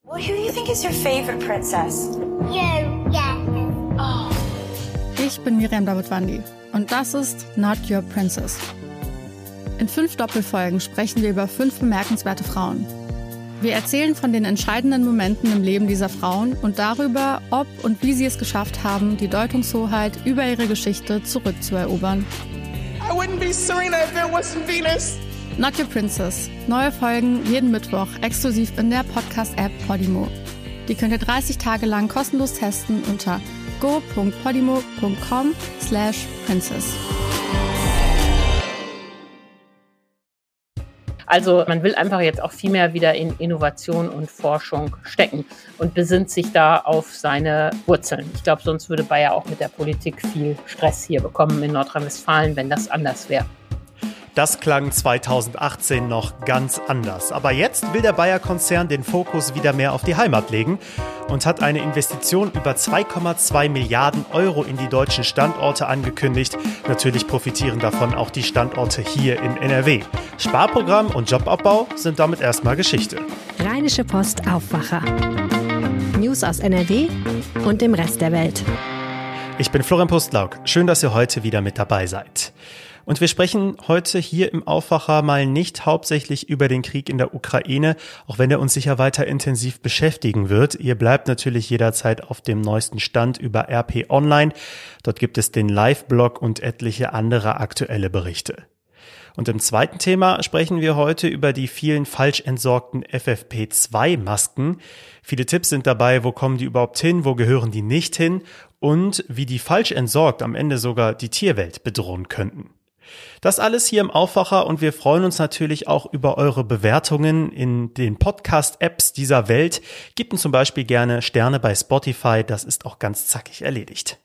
Well, who do you think is your favorite princess? You, yeah. Oh. Ich bin Miriam Davidwandi und das ist Not Your Princess. In 5 Doppelfolgen sprechen wir über 5 bemerkenswerte Frauen. Wir erzählen von den entscheidenden Momenten im Leben dieser Frauen und darüber, ob und wie sie es geschafft haben, die Deutungshoheit über ihre Geschichte zurückzuerobern. I wouldn't be Serena if there wasn't Venus. Not Your Princess. Neue Folgen jeden Mittwoch exklusiv in der Podcast-App Podimo. Die könnt ihr 30 Tage lang kostenlos testen unter go.podimo.com/princess. Also man will einfach jetzt auch viel mehr wieder in Innovation und Forschung stecken und besinnt sich da auf seine Wurzeln. Ich glaube, sonst würde Bayer auch mit der Politik viel Stress hier bekommen in Nordrhein-Westfalen, wenn das anders wäre. Das klang 2018 noch ganz anders. Aber jetzt will der Bayer-Konzern den Fokus wieder mehr auf die Heimat legen und hat eine Investition über 2,2 Milliarden Euro in die deutschen Standorte angekündigt. Natürlich profitieren davon auch die Standorte hier in NRW. Sparprogramm und Jobabbau sind damit erstmal Geschichte. Rheinische Post Aufwacher. News aus NRW und dem Rest der Welt. Ich bin Florian Pustlauk. Schön, dass ihr heute wieder mit dabei seid. Und wir sprechen heute hier im Aufwacher mal nicht hauptsächlich über den Krieg in der Ukraine, auch wenn er uns sicher weiter intensiv beschäftigen wird. Ihr bleibt natürlich jederzeit auf dem neuesten Stand über RP Online. Dort gibt es den Live-Blog und etliche andere aktuelle Berichte. Und im zweiten Thema sprechen wir heute über die vielen falsch entsorgten FFP2-Masken. Viele Tipps sind dabei, wo kommen die überhaupt hin, wo gehören die nicht hin und wie die falsch entsorgt am Ende sogar die Tierwelt bedrohen könnten. Das alles hier im Aufwacher und wir freuen uns natürlich auch über eure Bewertungen in den Podcast-Apps dieser Welt. Gebt uns zum Beispiel gerne Sterne bei Spotify, das ist auch ganz zackig erledigt.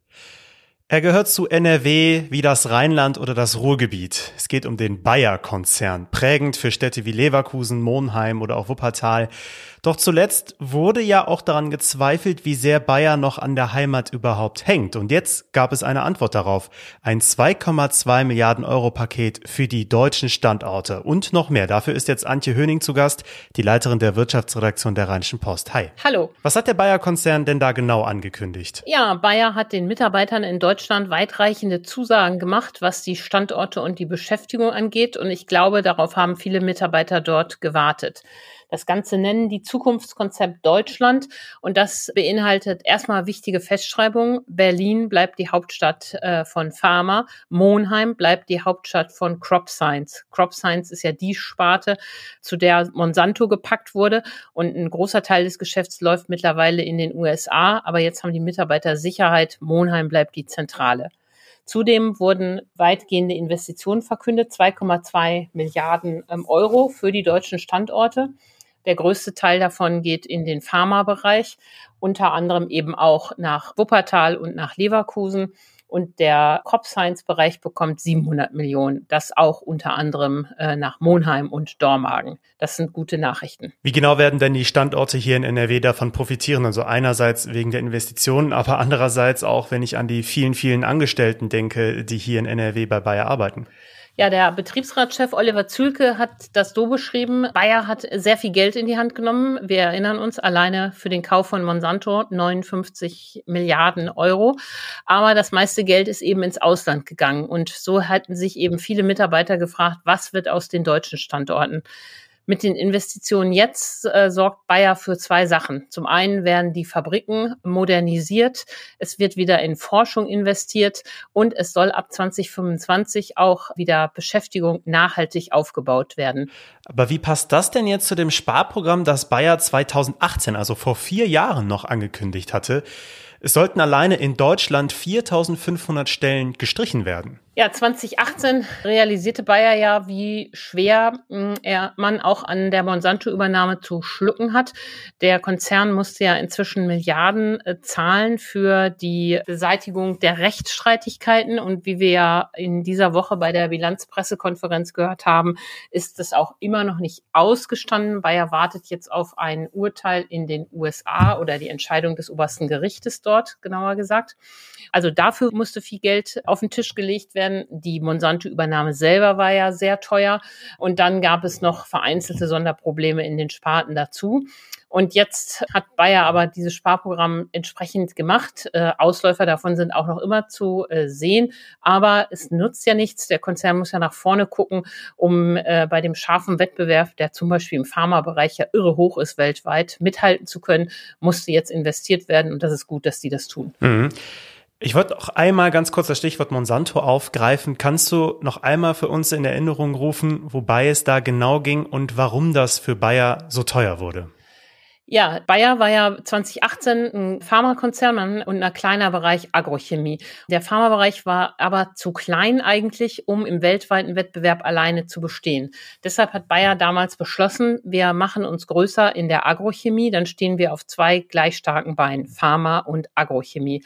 Er gehört zu NRW wie das Rheinland oder das Ruhrgebiet. Es geht um den Bayer-Konzern, prägend für Städte wie Leverkusen, Monheim oder auch Wuppertal. Doch zuletzt wurde ja auch daran gezweifelt, wie sehr Bayer noch an der Heimat überhaupt hängt. Und jetzt gab es eine Antwort darauf. Ein 2,2 Milliarden Euro Paket für die deutschen Standorte und noch mehr. Dafür ist jetzt Antje Höning zu Gast, die Leiterin der Wirtschaftsredaktion der Rheinischen Post. Hi. Hallo. Was hat der Bayer-Konzern denn da genau angekündigt? Ja, Bayer hat den Mitarbeitern in Deutschland weitreichende Zusagen gemacht, was die Standorte und die Beschäftigung angeht. Und ich glaube, darauf haben viele Mitarbeiter dort gewartet. Das Ganze nennen die Zukunftskonzept Deutschland und das beinhaltet erstmal wichtige Festschreibungen. Berlin bleibt die Hauptstadt von Pharma, Monheim bleibt die Hauptstadt von Crop Science. Crop Science ist ja die Sparte, zu der Monsanto gepackt wurde und ein großer Teil des Geschäfts läuft mittlerweile in den USA, aber jetzt haben die Mitarbeiter Sicherheit, Monheim bleibt die Zentrale. Zudem wurden weitgehende Investitionen verkündet, 2,2 Milliarden Euro für die deutschen Standorte. Der größte Teil davon geht in den Pharmabereich, unter anderem eben auch nach Wuppertal und nach Leverkusen. Und der Crop Science-Bereich bekommt 700 Millionen, das auch unter anderem nach Monheim und Dormagen. Das sind gute Nachrichten. Wie genau werden denn die Standorte hier in NRW davon profitieren? Also einerseits wegen der Investitionen, aber andererseits auch, wenn ich an die vielen, vielen Angestellten denke, die hier in NRW bei Bayer arbeiten. Ja, der Betriebsratschef Oliver Zülke hat das so beschrieben. Bayer hat sehr viel Geld in die Hand genommen. Wir erinnern uns alleine für den Kauf von Monsanto 59 Milliarden Euro. Aber das meiste Geld ist eben ins Ausland gegangen. Und so hatten sich eben viele Mitarbeiter gefragt, was wird aus den deutschen Standorten? Mit den Investitionen jetzt sorgt Bayer für 2 Sachen. Zum einen werden die Fabriken modernisiert, es wird wieder in Forschung investiert und es soll ab 2025 auch wieder Beschäftigung nachhaltig aufgebaut werden. Aber wie passt das denn jetzt zu dem Sparprogramm, das Bayer 2018, also vor 4 Jahren noch angekündigt hatte? Es sollten alleine in Deutschland 4.500 Stellen gestrichen werden. Ja, 2018 realisierte Bayer ja, wie schwer man auch an der Monsanto-Übernahme zu schlucken hat. Der Konzern musste ja inzwischen Milliarden zahlen für die Beseitigung der Rechtsstreitigkeiten. Und wie wir ja in dieser Woche bei der Bilanzpressekonferenz gehört haben, ist es auch immer noch nicht ausgestanden. Bayer wartet jetzt auf ein Urteil in den USA oder die Entscheidung des obersten Gerichtes dort, genauer gesagt. Also dafür musste viel Geld auf den Tisch gelegt werden. Die Monsanto-Übernahme selber war ja sehr teuer. Und dann gab es noch vereinzelte Sonderprobleme in den Sparten dazu. Und jetzt hat Bayer aber dieses Sparprogramm entsprechend gemacht. Ausläufer davon sind auch noch immer zu sehen. Aber es nutzt ja nichts. Der Konzern muss ja nach vorne gucken, um bei dem scharfen Wettbewerb, der zum Beispiel im Pharmabereich ja irre hoch ist weltweit, mithalten zu können, musste jetzt investiert werden. Und das ist gut, dass die das tun. Mhm. Ich wollte auch einmal ganz kurz das Stichwort Monsanto aufgreifen. Kannst du noch einmal für uns in Erinnerung rufen, wobei es da genau ging und warum das für Bayer so teuer wurde? Ja, Bayer war ja 2018 ein Pharmakonzern und ein kleiner Bereich Agrochemie. Der Pharmabereich war aber zu klein eigentlich, um im weltweiten Wettbewerb alleine zu bestehen. Deshalb hat Bayer damals beschlossen, wir machen uns größer in der Agrochemie, dann stehen wir auf 2 gleich starken Beinen, Pharma und Agrochemie.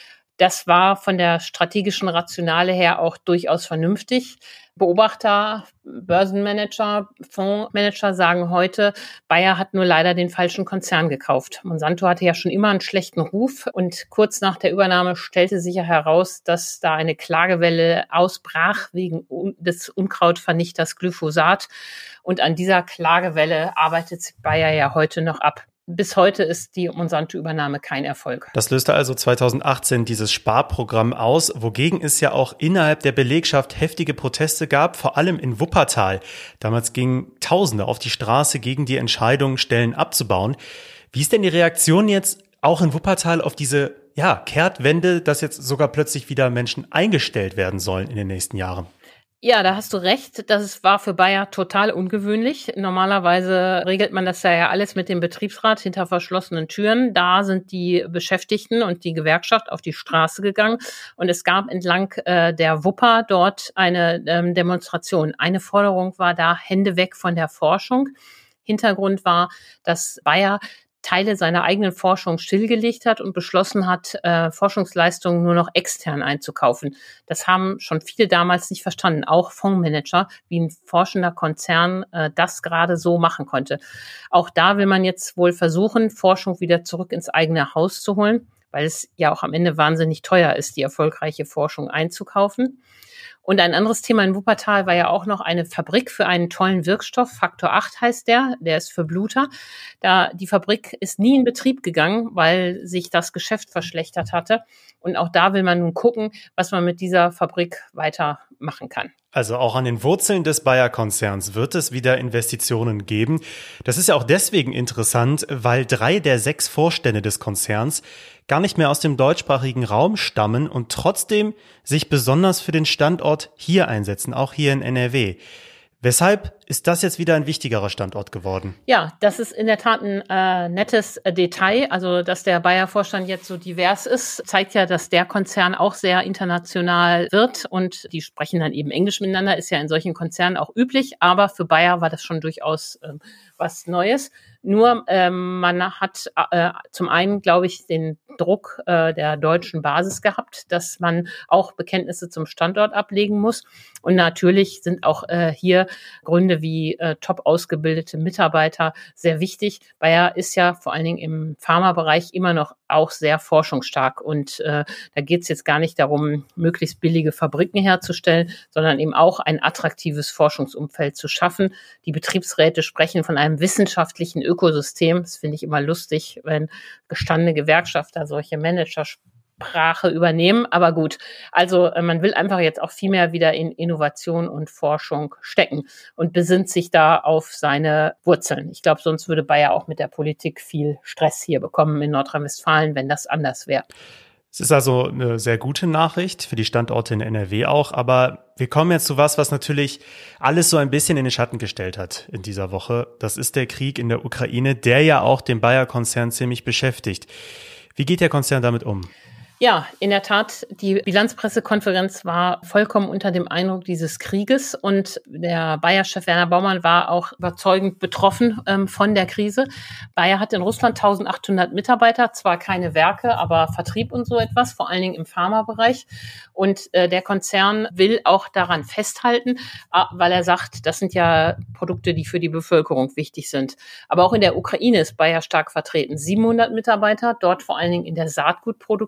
Das war von der strategischen Rationale her auch durchaus vernünftig. Beobachter, Börsenmanager, Fondsmanager sagen heute, Bayer hat nur leider den falschen Konzern gekauft. Monsanto hatte ja schon immer einen schlechten Ruf und kurz nach der Übernahme stellte sich ja heraus, dass da eine Klagewelle ausbrach wegen des Unkrautvernichters Glyphosat. Und an dieser Klagewelle arbeitet Bayer ja heute noch ab. Bis heute ist die Monsanto-Übernahme kein Erfolg. Das löste also 2018 dieses Sparprogramm aus, wogegen es ja auch innerhalb der Belegschaft heftige Proteste gab, vor allem in Wuppertal. Damals gingen Tausende auf die Straße gegen die Entscheidung, Stellen abzubauen. Wie ist denn die Reaktion jetzt auch in Wuppertal auf diese Kehrtwende, dass jetzt sogar plötzlich wieder Menschen eingestellt werden sollen in den nächsten Jahren? Ja, da hast du recht. Das war für Bayer total ungewöhnlich. Normalerweise regelt man das ja alles mit dem Betriebsrat hinter verschlossenen Türen. Da sind die Beschäftigten und die Gewerkschaft auf die Straße gegangen. Und es gab entlang der Wupper dort eine Demonstration. Eine Forderung war da, Hände weg von der Forschung. Hintergrund war, dass Bayer Teile seiner eigenen Forschung stillgelegt hat und beschlossen hat, Forschungsleistungen nur noch extern einzukaufen. Das haben schon viele damals nicht verstanden, auch Fondsmanager, wie ein forschender Konzern das gerade so machen konnte. Auch da will man jetzt wohl versuchen, Forschung wieder zurück ins eigene Haus zu holen, weil es ja auch am Ende wahnsinnig teuer ist, die erfolgreiche Forschung einzukaufen. Und ein anderes Thema in Wuppertal war ja auch noch eine Fabrik für einen tollen Wirkstoff. Faktor 8 heißt der ist für Bluter. Die Fabrik ist nie in Betrieb gegangen, weil sich das Geschäft verschlechtert hatte. Und auch da will man nun gucken, was man mit dieser Fabrik weitermachen kann. Also auch an den Wurzeln des Bayer-Konzerns wird es wieder Investitionen geben. Das ist ja auch deswegen interessant, weil 3 der 6 Vorstände des Konzerns gar nicht mehr aus dem deutschsprachigen Raum stammen und trotzdem sich besonders für den Standort hier einsetzen, auch hier in NRW. Weshalb ist das jetzt wieder ein wichtigerer Standort geworden? Ja, das ist in der Tat ein nettes Detail. Also, dass der Bayer-Vorstand jetzt so divers ist, zeigt ja, dass der Konzern auch sehr international wird. Und die sprechen dann eben Englisch miteinander, ist ja in solchen Konzernen auch üblich. Aber für Bayer war das schon durchaus was Neues. Nur man hat zum einen, glaube ich, den Druck der deutschen Basis gehabt, dass man auch Bekenntnisse zum Standort ablegen muss. Und natürlich sind auch hier Gründe wie top ausgebildete Mitarbeiter sehr wichtig. Bayer ist ja vor allen Dingen im Pharmabereich immer noch auch sehr forschungsstark. Und da geht es jetzt gar nicht darum, möglichst billige Fabriken herzustellen, sondern eben auch ein attraktives Forschungsumfeld zu schaffen. Die Betriebsräte sprechen von einem wissenschaftlichen Ökosystem. Das finde ich immer lustig, wenn gestandene Gewerkschafter solche Managersprache übernehmen. Aber gut, also man will einfach jetzt auch viel mehr wieder in Innovation und Forschung stecken und besinnt sich da auf seine Wurzeln. Ich glaube, sonst würde Bayer auch mit der Politik viel Stress hier bekommen in Nordrhein-Westfalen, wenn das anders wäre. Es ist also eine sehr gute Nachricht für die Standorte in NRW auch, aber wir kommen jetzt zu was natürlich alles so ein bisschen in den Schatten gestellt hat in dieser Woche. Das ist der Krieg in der Ukraine, der ja auch den Bayer-Konzern ziemlich beschäftigt. Wie geht der Konzern damit um? Ja, in der Tat, die Bilanzpressekonferenz war vollkommen unter dem Eindruck dieses Krieges und der Bayer-Chef Werner Baumann war auch überzeugend betroffen von der Krise. Bayer hat in Russland 1800 Mitarbeiter, zwar keine Werke, aber Vertrieb und so etwas, vor allen Dingen im Pharmabereich. Und der Konzern will auch daran festhalten, weil er sagt, das sind ja Produkte, die für die Bevölkerung wichtig sind. Aber auch in der Ukraine ist Bayer stark vertreten. 700 Mitarbeiter, dort vor allen Dingen in der Saatgutproduktion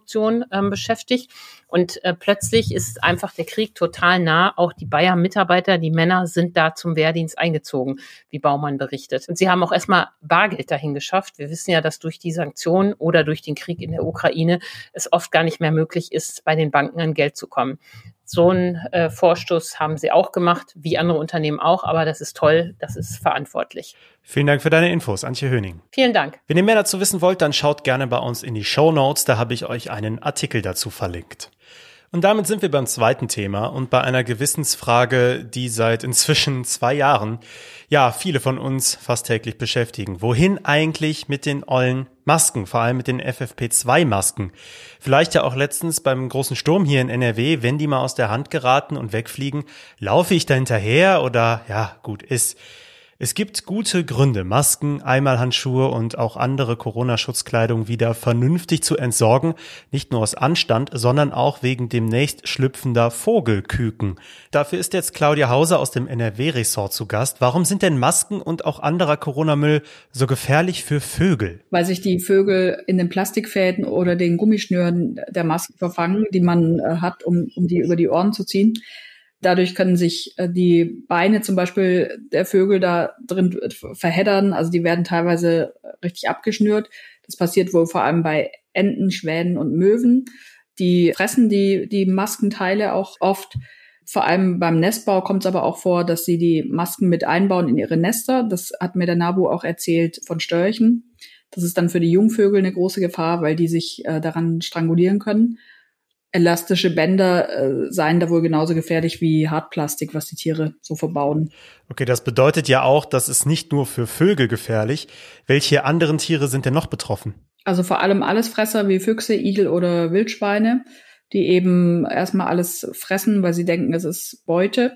Frauen beschäftigt. Und plötzlich ist einfach der Krieg total nah. Auch die Bayer-Mitarbeiter, die Männer, sind da zum Wehrdienst eingezogen, wie Baumann berichtet. Und sie haben auch erstmal Bargeld dahin geschafft. Wir wissen ja, dass durch die Sanktionen oder durch den Krieg in der Ukraine es oft gar nicht mehr möglich ist, bei den Banken an Geld zu kommen. So einen Vorstoß haben sie auch gemacht, wie andere Unternehmen auch, aber das ist toll, das ist verantwortlich. Vielen Dank für deine Infos, Antje Höning. Vielen Dank. Wenn ihr mehr dazu wissen wollt, dann schaut gerne bei uns in die Shownotes, da habe ich euch einen Artikel dazu verlinkt. Und damit sind wir beim zweiten Thema und bei einer Gewissensfrage, die seit inzwischen 2 Jahren, viele von uns fast täglich beschäftigen. Wohin eigentlich mit den ollen Masken, vor allem mit den FFP2-Masken? Vielleicht ja auch letztens beim großen Sturm hier in NRW, wenn die mal aus der Hand geraten und wegfliegen, laufe ich da hinterher oder, gut ist. Es gibt gute Gründe, Masken, Einmalhandschuhe und auch andere Corona-Schutzkleidung wieder vernünftig zu entsorgen, nicht nur aus Anstand, sondern auch wegen demnächst schlüpfender Vogelküken. Dafür ist jetzt Claudia Hauser aus dem NRW-Ressort zu Gast. Warum sind denn Masken und auch anderer Corona-Müll so gefährlich für Vögel? Weil sich die Vögel in den Plastikfäden oder den Gummischnüren der Masken verfangen, die man hat, um die über die Ohren zu ziehen. Dadurch können sich die Beine zum Beispiel der Vögel da drin verheddern. Also die werden teilweise richtig abgeschnürt. Das passiert wohl vor allem bei Enten, Schwänen und Möwen. Die fressen die Maskenteile auch oft. Vor allem beim Nestbau kommt es aber auch vor, dass sie die Masken mit einbauen in ihre Nester. Das hat mir der NABU auch erzählt von Störchen. Das ist dann für die Jungvögel eine große Gefahr, weil die sich daran strangulieren können. Elastische Bänder seien da wohl genauso gefährlich wie Hartplastik, was die Tiere so verbauen. Okay, das bedeutet ja auch, das ist nicht nur für Vögel gefährlich. Welche anderen Tiere sind denn noch betroffen? Also vor allem Allesfresser wie Füchse, Igel oder Wildschweine, die eben erstmal alles fressen, weil sie denken, es ist Beute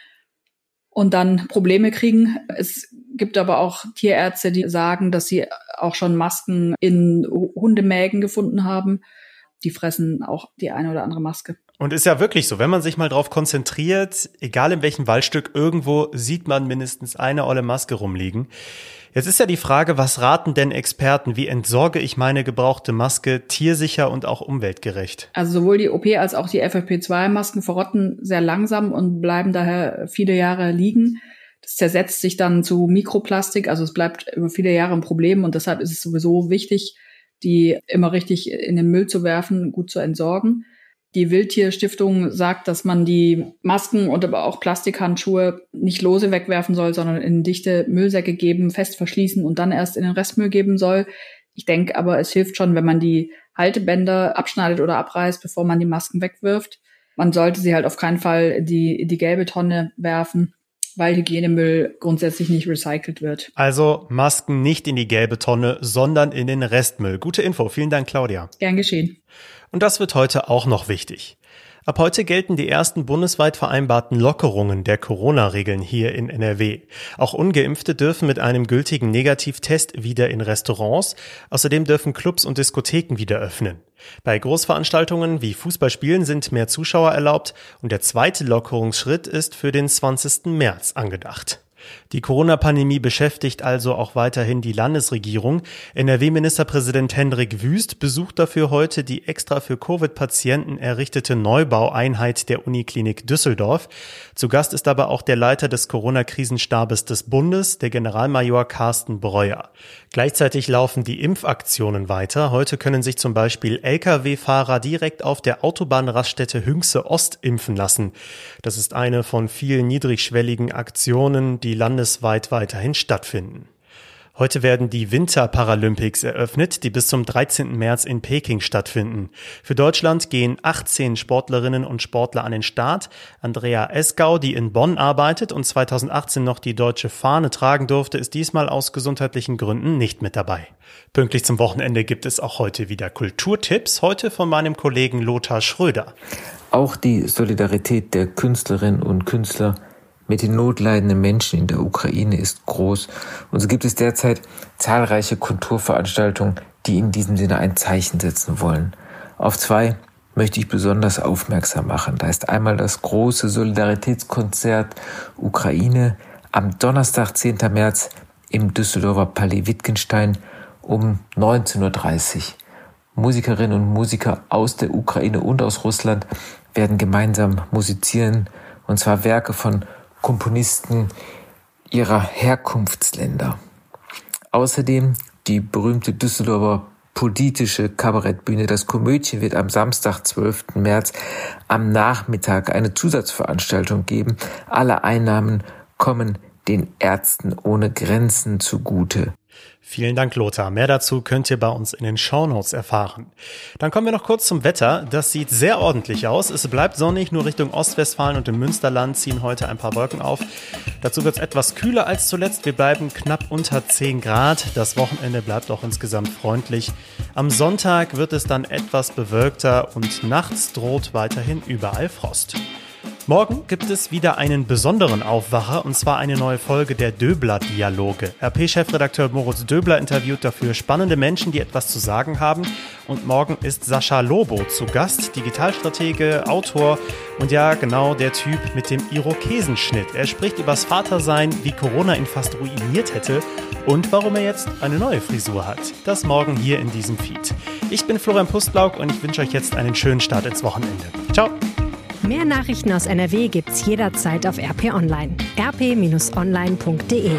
und dann Probleme kriegen. Es gibt aber auch Tierärzte, die sagen, dass sie auch schon Masken in Hundemägen gefunden haben. Die fressen auch die eine oder andere Maske. Und ist ja wirklich so, wenn man sich mal drauf konzentriert, egal in welchem Waldstück, irgendwo sieht man mindestens eine olle Maske rumliegen. Jetzt ist ja die Frage, was raten denn Experten? Wie entsorge ich meine gebrauchte Maske tiersicher und auch umweltgerecht? Also sowohl die OP als auch die FFP2-Masken verrotten sehr langsam und bleiben daher viele Jahre liegen. Das zersetzt sich dann zu Mikroplastik, also es bleibt über viele Jahre ein Problem und deshalb ist es sowieso wichtig, die immer richtig in den Müll zu werfen, gut zu entsorgen. Die Wildtierstiftung sagt, dass man die Masken und aber auch Plastikhandschuhe nicht lose wegwerfen soll, sondern in dichte Müllsäcke geben, fest verschließen und dann erst in den Restmüll geben soll. Ich denke aber, es hilft schon, wenn man die Haltebänder abschneidet oder abreißt, bevor man die Masken wegwirft. Man sollte sie halt auf keinen Fall in die gelbe Tonne werfen, weil Hygienemüll grundsätzlich nicht recycelt wird. Also Masken nicht in die gelbe Tonne, sondern in den Restmüll. Gute Info. Vielen Dank, Claudia. Gern geschehen. Und das wird heute auch noch wichtig. Ab heute gelten die ersten bundesweit vereinbarten Lockerungen der Corona-Regeln hier in NRW. Auch Ungeimpfte dürfen mit einem gültigen Negativtest wieder in Restaurants. Außerdem dürfen Clubs und Diskotheken wieder öffnen. Bei Großveranstaltungen wie Fußballspielen sind mehr Zuschauer erlaubt und der zweite Lockerungsschritt ist für den 20. März angedacht. Die Corona-Pandemie beschäftigt also auch weiterhin die Landesregierung. NRW-Ministerpräsident Hendrik Wüst besucht dafür heute die extra für Covid-Patienten errichtete Neubaueinheit der Uniklinik Düsseldorf. Zu Gast ist aber auch der Leiter des Corona-Krisenstabes des Bundes, der Generalmajor Carsten Breuer. Gleichzeitig laufen die Impfaktionen weiter. Heute können sich zum Beispiel Lkw-Fahrer direkt auf der Autobahnraststätte Hünxe Ost impfen lassen. Das ist eine von vielen niedrigschwelligen Aktionen, die landesweit weiterhin stattfinden. Heute werden die Winter-Paralympics eröffnet, die bis zum 13. März in Peking stattfinden. Für Deutschland gehen 18 Sportlerinnen und Sportler an den Start. Andrea Esgau, die in Bonn arbeitet und 2018 noch die deutsche Fahne tragen durfte, ist diesmal aus gesundheitlichen Gründen nicht mit dabei. Pünktlich zum Wochenende gibt es auch heute wieder Kulturtipps, heute von meinem Kollegen Lothar Schröder. Auch die Solidarität der Künstlerinnen und Künstler mit den notleidenden Menschen in der Ukraine ist groß. Und so gibt es derzeit zahlreiche Kulturveranstaltungen, die in diesem Sinne ein Zeichen setzen wollen. Auf 2 möchte ich besonders aufmerksam machen. Da ist einmal das große Solidaritätskonzert Ukraine am Donnerstag, 10. März im Düsseldorfer Palais Wittgenstein um 19.30 Uhr. Musikerinnen und Musiker aus der Ukraine und aus Russland werden gemeinsam musizieren, und zwar Werke von Komponisten ihrer Herkunftsländer. Außerdem die berühmte Düsseldorfer politische Kabarettbühne Das Komödchen wird am Samstag, 12. März am Nachmittag eine Zusatzveranstaltung geben. Alle Einnahmen kommen den Ärzten ohne Grenzen zugute. Vielen Dank, Lothar. Mehr dazu könnt ihr bei uns in den Shownotes erfahren. Dann kommen wir noch kurz zum Wetter. Das sieht sehr ordentlich aus. Es bleibt sonnig, nur Richtung Ostwestfalen und im Münsterland ziehen heute ein paar Wolken auf. Dazu wird es etwas kühler als zuletzt. Wir bleiben knapp unter 10 Grad. Das Wochenende bleibt auch insgesamt freundlich. Am Sonntag wird es dann etwas bewölkter und nachts droht weiterhin überall Frost. Morgen gibt es wieder einen besonderen Aufwacher, und zwar eine neue Folge der Döbler-Dialoge. RP-Chefredakteur Moritz Döbler interviewt dafür spannende Menschen, die etwas zu sagen haben. Und morgen ist Sascha Lobo zu Gast, Digitalstratege, Autor und ja, genau der Typ mit dem Irokesenschnitt. Er spricht übers Vatersein, wie Corona ihn fast ruiniert hätte und warum er jetzt eine neue Frisur hat. Das morgen hier in diesem Feed. Ich bin Florian Pustlauk und ich wünsche euch jetzt einen schönen Start ins Wochenende. Ciao! Mehr Nachrichten aus NRW gibt's jederzeit auf RP Online. rp-online.de.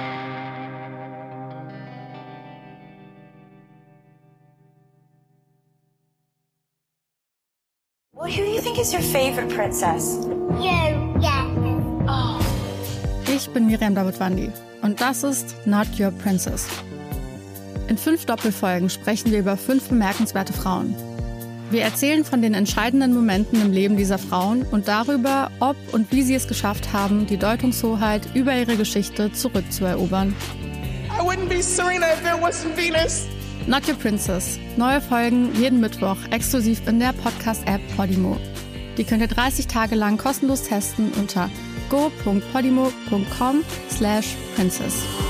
Well, who do you think is your favorite princess? You, yeah. Oh. Ich bin Miriam Davidwandi und das ist Not Your Princess. In 5 Doppelfolgen sprechen wir über 5 bemerkenswerte Frauen. Wir erzählen von den entscheidenden Momenten im Leben dieser Frauen und darüber, ob und wie sie es geschafft haben, die Deutungshoheit über ihre Geschichte zurückzuerobern. I wouldn't be Serena if there wasn't Venus. Not Your Princess. Neue Folgen jeden Mittwoch exklusiv in der Podcast-App Podimo. Die könnt ihr 30 Tage lang kostenlos testen unter go.podimo.com/princess.